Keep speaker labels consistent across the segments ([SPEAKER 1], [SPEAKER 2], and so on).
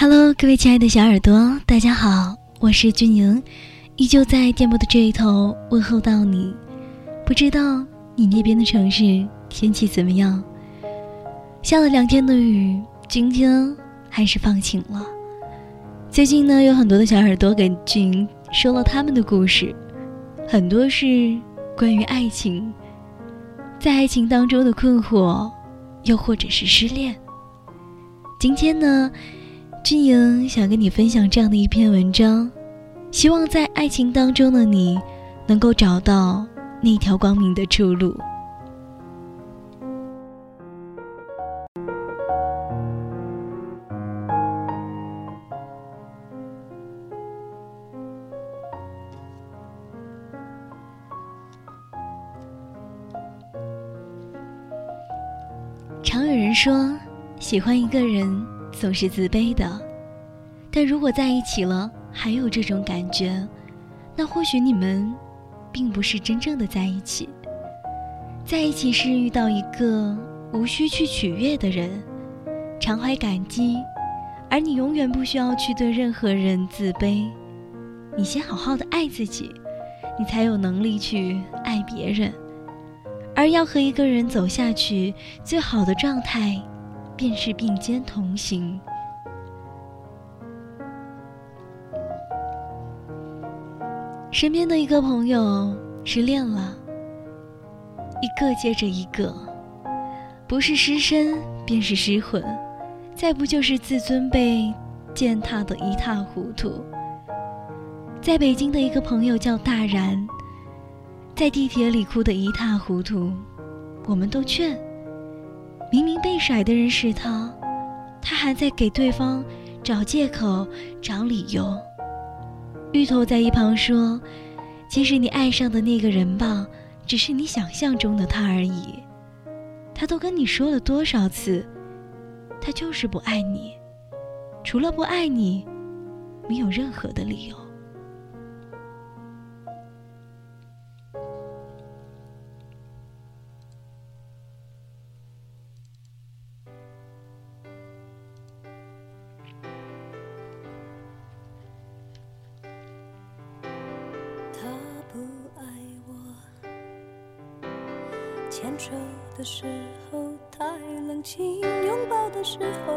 [SPEAKER 1] Hello， 各位亲爱的小耳朵，大家好，我是君莹，依旧在电波的这一头问候到你。不知道你那边的城市天气怎么样？下了2天的雨，今天还是放晴了。最近呢，有很多的小耳朵给君莹说了他们的故事，很多是关于爱情，在爱情当中的困惑，又或者是失恋。今天呢，君莹想跟你分享这样的一篇文章，希望在爱情当中的你能够找到那条光明的出路。常有人说，喜欢一个人总是自卑的，但如果在一起了还有这种感觉，那或许你们并不是真正的在一起。在一起是遇到一个无需去取悦的人，常怀感激，而你永远不需要去对任何人自卑。你先好好的爱自己，你才有能力去爱别人。而要和一个人走下去，最好的状态便是并肩同行。身边的一个朋友失恋了，一个接着一个，不是失身便是失魂，再不就是自尊被践踏得一塌糊涂。在北京的一个朋友叫大然，在地铁里哭得一塌糊涂，我们都劝，明明被甩的人是他，他还在给对方找借口找理由。芋头在一旁说，其实你爱上的那个人吧，只是你想象中的他而已，他都跟你说了多少次，他就是不爱你，除了不爱你，没有任何的理由。
[SPEAKER 2] 牵手的时候太冷清，拥抱的时候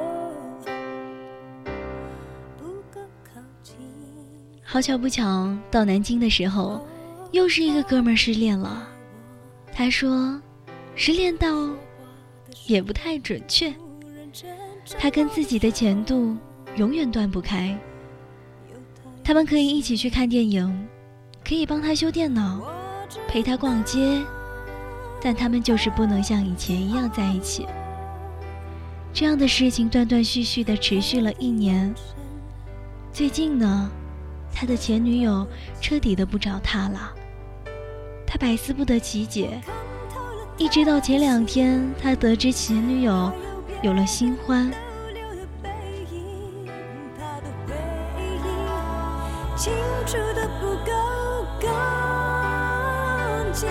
[SPEAKER 2] 不够靠近。
[SPEAKER 1] 好巧不巧，到南京的时候，又是一个哥们儿失恋了。他说，失恋到也不太准确，他跟自己的前度永远断不开。他们可以一起去看电影，可以帮他修电脑，陪他逛街，但他们就是不能像以前一样在一起。这样的事情断断续续地持续了1年。最近呢，他的前女友彻底的不找他了，他百思不得其解，一直到前2天，他得知前女友有了新欢。
[SPEAKER 2] 清楚的不够干净，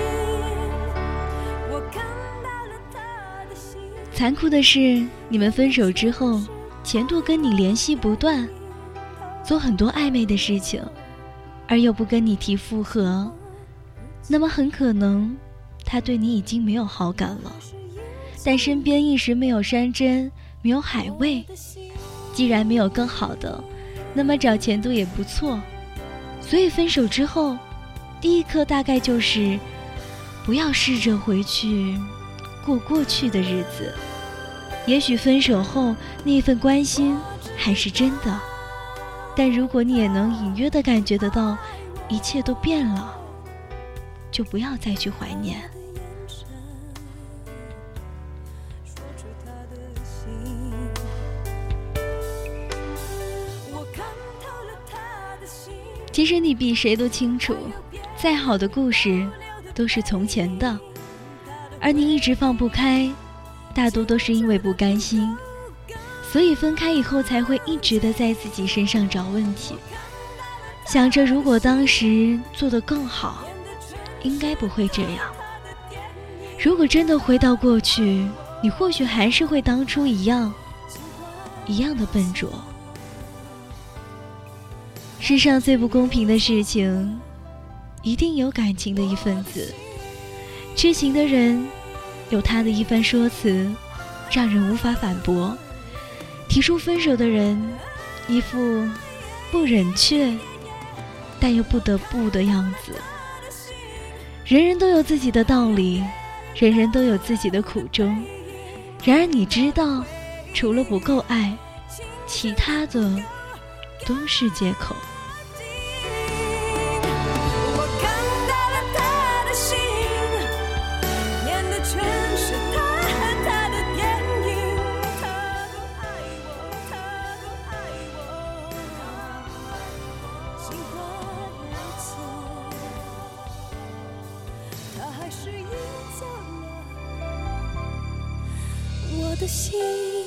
[SPEAKER 1] 残酷的是，你们分手之后，前度跟你联系不断，做很多暧昧的事情，而又不跟你提复合，那么很可能他对你已经没有好感了。但身边一时没有山珍，没有海味，既然没有更好的，那么找前度也不错。所以分手之后，第一课大概就是不要试着回去过过去的日子。也许分手后那份关心还是真的，但如果你也能隐约地感觉得到一切都变了，就不要再去怀念。其实你比谁都清楚，再好的故事都是从前的，而你一直放不开，大多都是因为不甘心，所以分开以后才会一直的在自己身上找问题，想着如果当时做得更好，应该不会这样。如果真的回到过去，你或许还是会当初一样的笨拙。 世上最不公平的事情，一定有感情的一份子。痴情的人有他的一番说辞，让人无法反驳。提出分手的人一副不忍却但又不得不的样子。人人都有自己的道理，人人都有自己的苦衷。然而你知道，除了不够爱，其他的都是借口。
[SPEAKER 2] 我的心，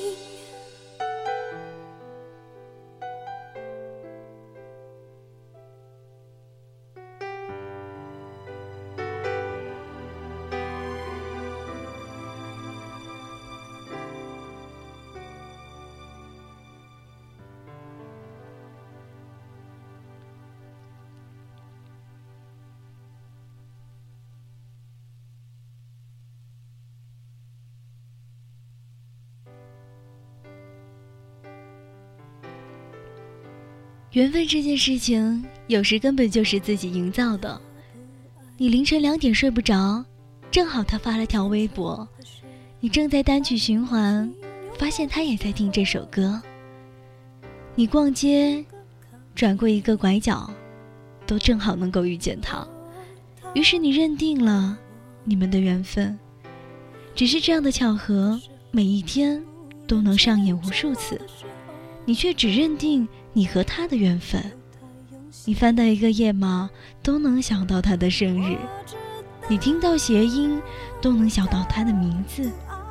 [SPEAKER 1] 缘分这件事情，有时根本就是自己营造的。你凌晨2点睡不着，正好他发了条微博，你正在单曲循环，发现他也在听这首歌。你逛街，转过一个拐角，都正好能够遇见他，于是你认定了你们的缘分。只是这样的巧合，每一天都能上演无数次，你却只认定你和他的缘分。你翻到一个页码都能想到他的生日，你听到谐音都能想到他的名字。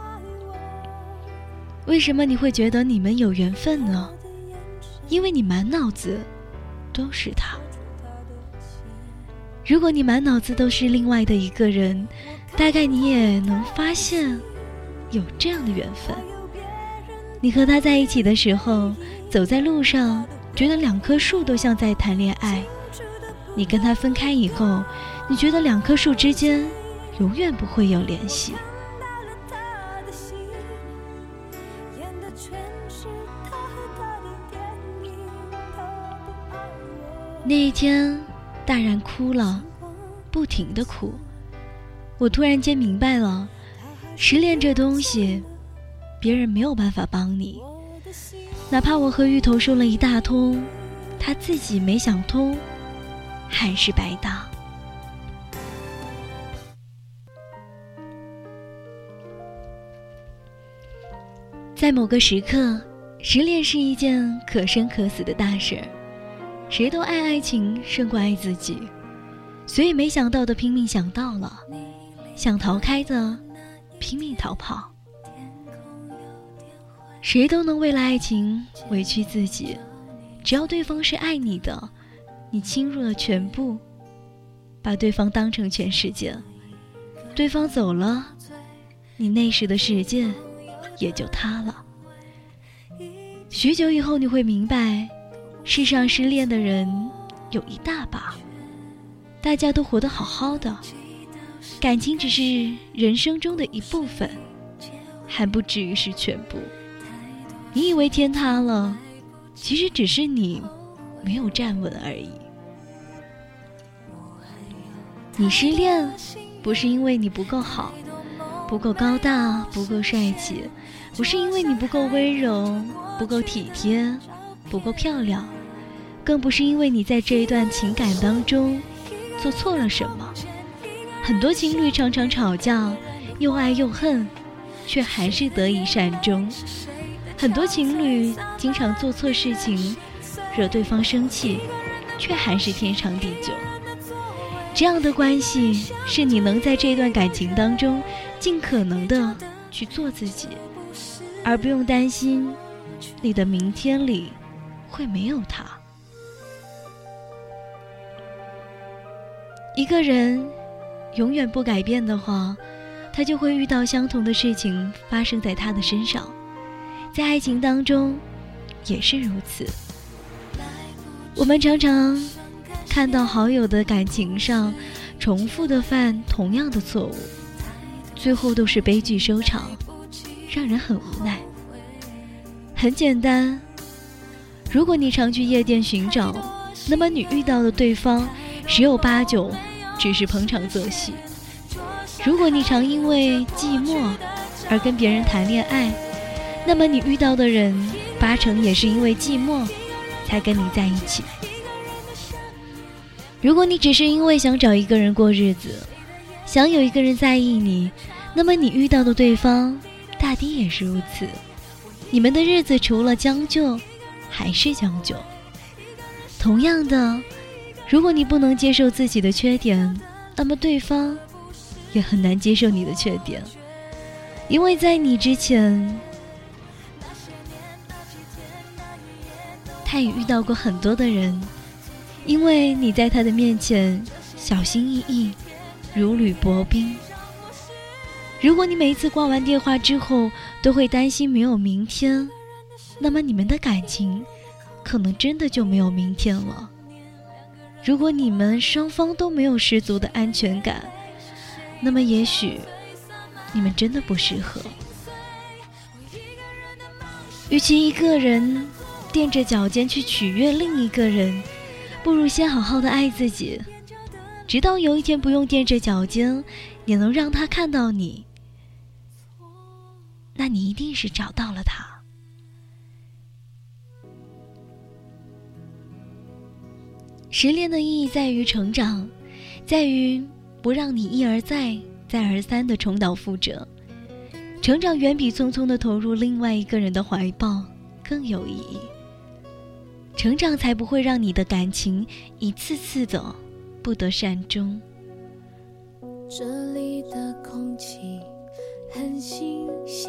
[SPEAKER 1] 为什么你会觉得你们有缘分呢？因为你满脑子都是他。如果你满脑子都是另外的一个人，大概你也能发现有这样的缘分。你和他在一起的时候，走在路上觉得2棵树都像在谈恋爱，你跟他分开以后，你觉得2棵树之间永远不会有联系。那一天大然哭了，不停地哭。我突然间明白了，失恋这东西别人没有办法帮你，哪怕我和芋头说了一大通，他自己没想通，还是白搭。在某个时刻，失恋是一件可生可死的大事，谁都爱爱情胜过爱自己，所以没想到的拼命想到了，想逃开的拼命逃跑。谁都能为了爱情委屈自己，只要对方是爱你的，你倾入了全部，把对方当成全世界。对方走了，你那时的世界也就塌了。许久以后你会明白，世上失恋的人有一大把，大家都活得好好的，感情只是人生中的一部分，还不至于是全部。你以为天塌了，其实只是你没有站稳而已。你失恋不是因为你不够好，不够高大，不够帅气，不是因为你不够温柔，不够体贴，不够漂亮，更不是因为你在这一段情感当中做错了什么。很多情侣常常吵架，又爱又恨，却还是得以善终。很多情侣经常做错事情，惹对方生气，却还是天长地久。这样的关系是你能在这段感情当中尽可能的去做自己，而不用担心你的明天里会没有他。一个人永远不改变的话，他就会遇到相同的事情发生在他的身上。在爱情当中也是如此， 我们常常看到好友的感情上重复的犯同样的错误，最后都是悲剧收场，让人很无奈。很简单，如果你常去夜店寻找，那么你遇到的对方十有八九只是捧场作戏。如果你常因为寂寞而跟别人谈恋爱，那么你遇到的人八成也是因为寂寞才跟你在一起。如果你只是因为想找一个人过日子，想有一个人在意你，那么你遇到的对方大抵也是如此。你们的日子除了将就还是将就。同样的，如果你不能接受自己的缺点，那么对方也很难接受你的缺点，因为在你之前他也遇到过很多的人，因为你在他的面前小心翼翼，如履薄冰。如果你每一次挂完电话之后都会担心没有明天，那么你们的感情可能真的就没有明天了。如果你们双方都没有十足的安全感，那么也许你们真的不适合。与其一个人踮着脚尖去取悦另一个人，不如先好好的爱自己，直到有一天不用踮着脚尖也能让他看到你，那你一定是找到了他。失恋的意义在于成长，在于不让你一而再再而三的重蹈覆辙。成长远比匆匆的投入另外一个人的怀抱更有意义，成长才不会让你的感情一次次的不得善终。
[SPEAKER 2] 这里的空气很新鲜，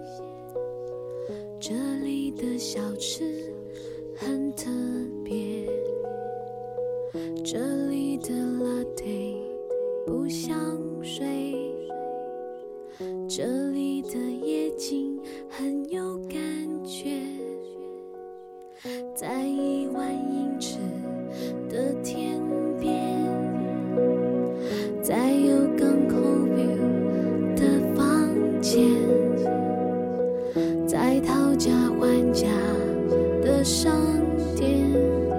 [SPEAKER 2] 这里的小吃很特别，这里的 latte 不像水，这里的夜景很有感觉，在1万英尺的天边，在有港口 view 的房间，在讨价还价的商店，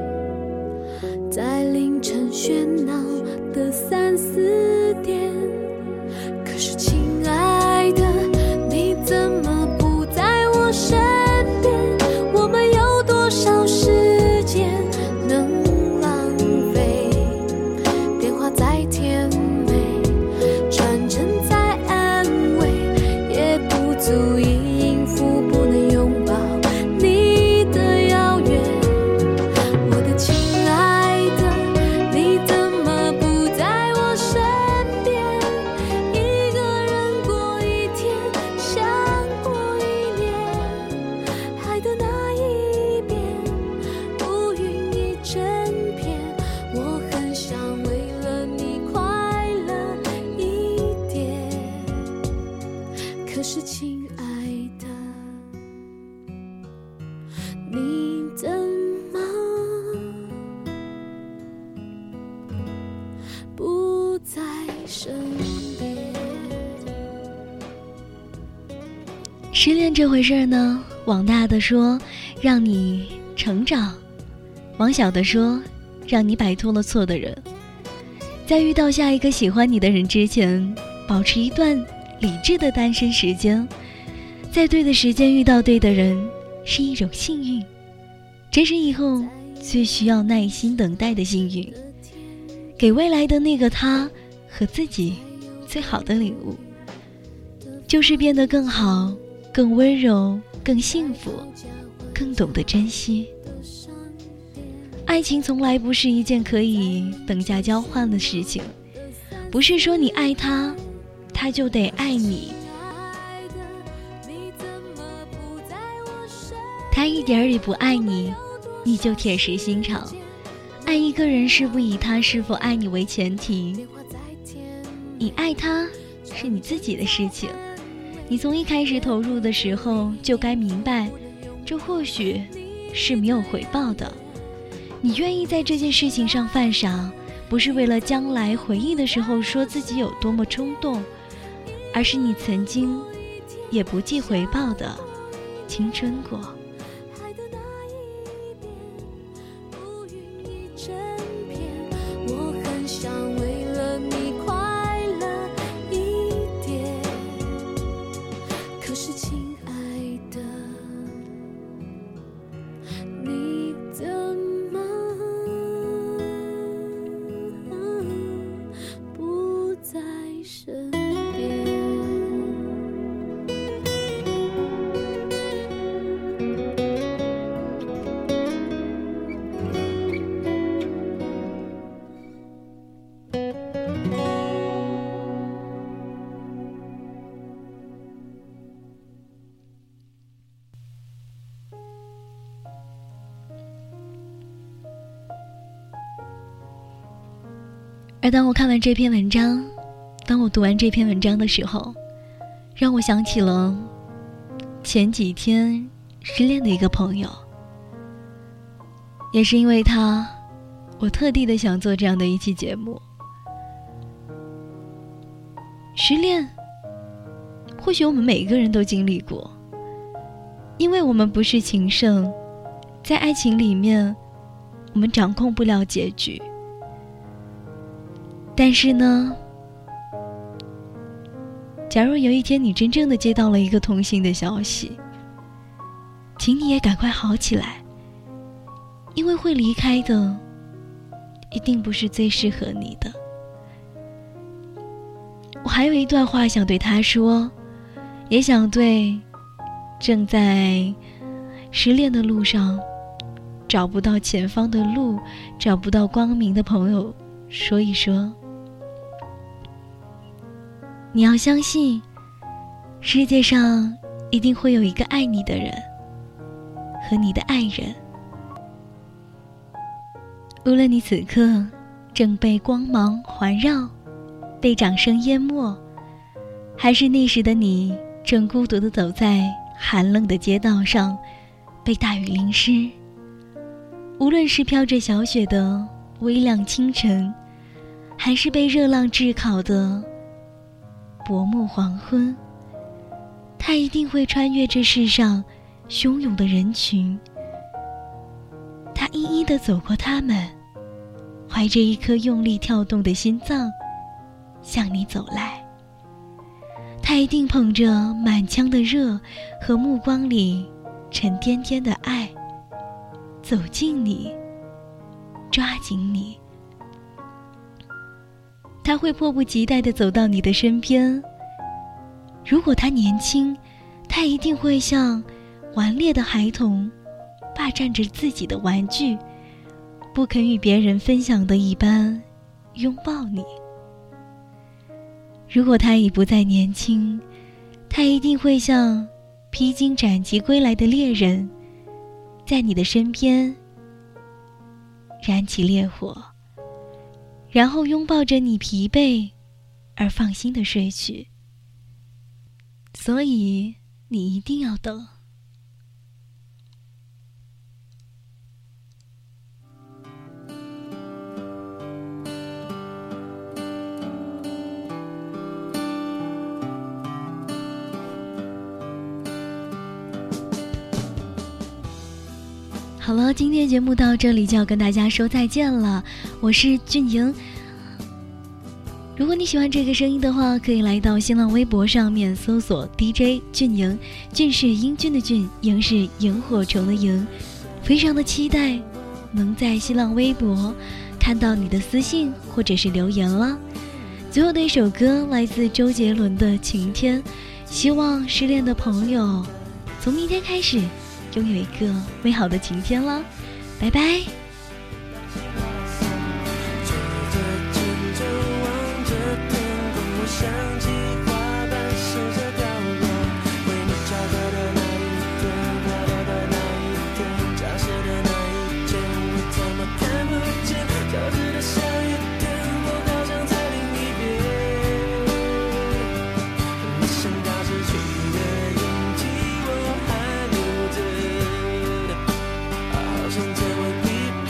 [SPEAKER 2] 在凌晨喧闹的3、4点。可是亲爱的，你怎么不在我身边？我们有多少时间能浪费？电话再甜美，传真再安慰，也不足以应付不能拥抱你的遥远。我的亲爱的，你怎么不在我身边？一个人过一天，想过1年，爱的那一边，乌云一整片。我很想为了你快乐一点，可是亲爱的，你怎么不在身边？
[SPEAKER 1] 失恋这回事呢，往大的说让你成长，往小的说让你摆脱了错的人。在遇到下一个喜欢你的人之前，保持一段理智的单身时间，在对的时间遇到对的人是一种幸运，这是以后最需要耐心等待的幸运，给未来的那个他和自己最好的礼物，就是变得更好，更温柔，更幸福，更懂得珍惜。爱情从来不是一件可以等价交换的事情，不是说你爱他，他就得爱你。他一点儿也不爱你，你就铁石心肠。爱一个人是不以他是否爱你为前提，你爱他是你自己的事情。你从一开始投入的时候就该明白，这或许是没有回报的。 你愿意在这件事情上犯傻，不是为了将来回忆的时候说自己有多么冲动，而是你曾经也不计回报的青春过。
[SPEAKER 2] 我很想为了你快乐一点，可是亲爱的，你怎么不在身边？
[SPEAKER 1] 而当我看完这篇文章，当我读完这篇文章的时候，让我想起了前几天失恋的一个朋友。也是因为他，我特地的想做这样的一期节目。失恋，或许我们每个人都经历过，因为我们不是情圣，在爱情里面，我们掌控不了结局。但是呢，假如有一天你真正的接到了一个痛心的消息，请你也赶快好起来，因为会离开的一定不是最适合你的。我还有一段话想对他说，也想对正在失恋的路上找不到前方的路，找不到光明的朋友说一说。你要相信，世界上一定会有一个爱你的人和你的爱人。无论你此刻正被光芒环绕，被掌声淹没，还是那时的你正孤独地走在寒冷的街道上，被大雨淋湿，无论是飘着小雪的微亮清晨，还是被热浪炙烤的薄暮黄昏，他一定会穿越这世上汹涌的人群，他一一地走过他们，怀着一颗用力跳动的心脏向你走来。他一定捧着满腔的热和目光里沉甸甸的爱，走近你，抓紧你。他会迫不及待地走到你的身边。如果他年轻，他一定会像顽劣的孩童，霸占着自己的玩具，不肯与别人分享的一般拥抱你。如果他已不再年轻，他一定会像披荆斩棘归来的猎人，在你的身边燃起烈火，然后拥抱着你疲惫而放心地睡去。所以你一定要等。好了，今天节目到这里就要跟大家说再见了，我是俊莹。如果你喜欢这个声音的话，可以来到新浪微博上面搜索 DJ 俊莹，俊是英俊的俊，莹是萤火虫的萤。非常的期待能在新浪微博看到你的私信或者是留言了。最后的一首歌来自周杰伦的《晴天》，希望失恋的朋友从明天开始拥有一个美好的晴天了，拜拜。
[SPEAKER 2] 想再吻一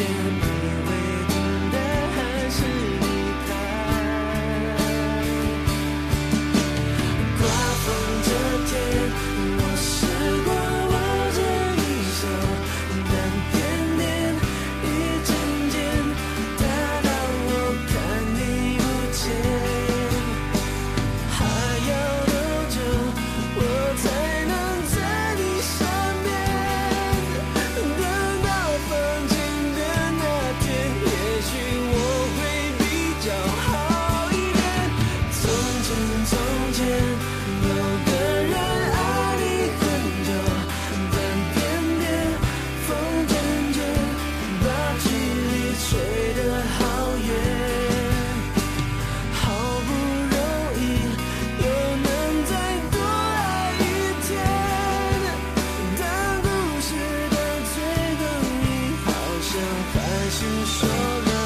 [SPEAKER 3] 是说了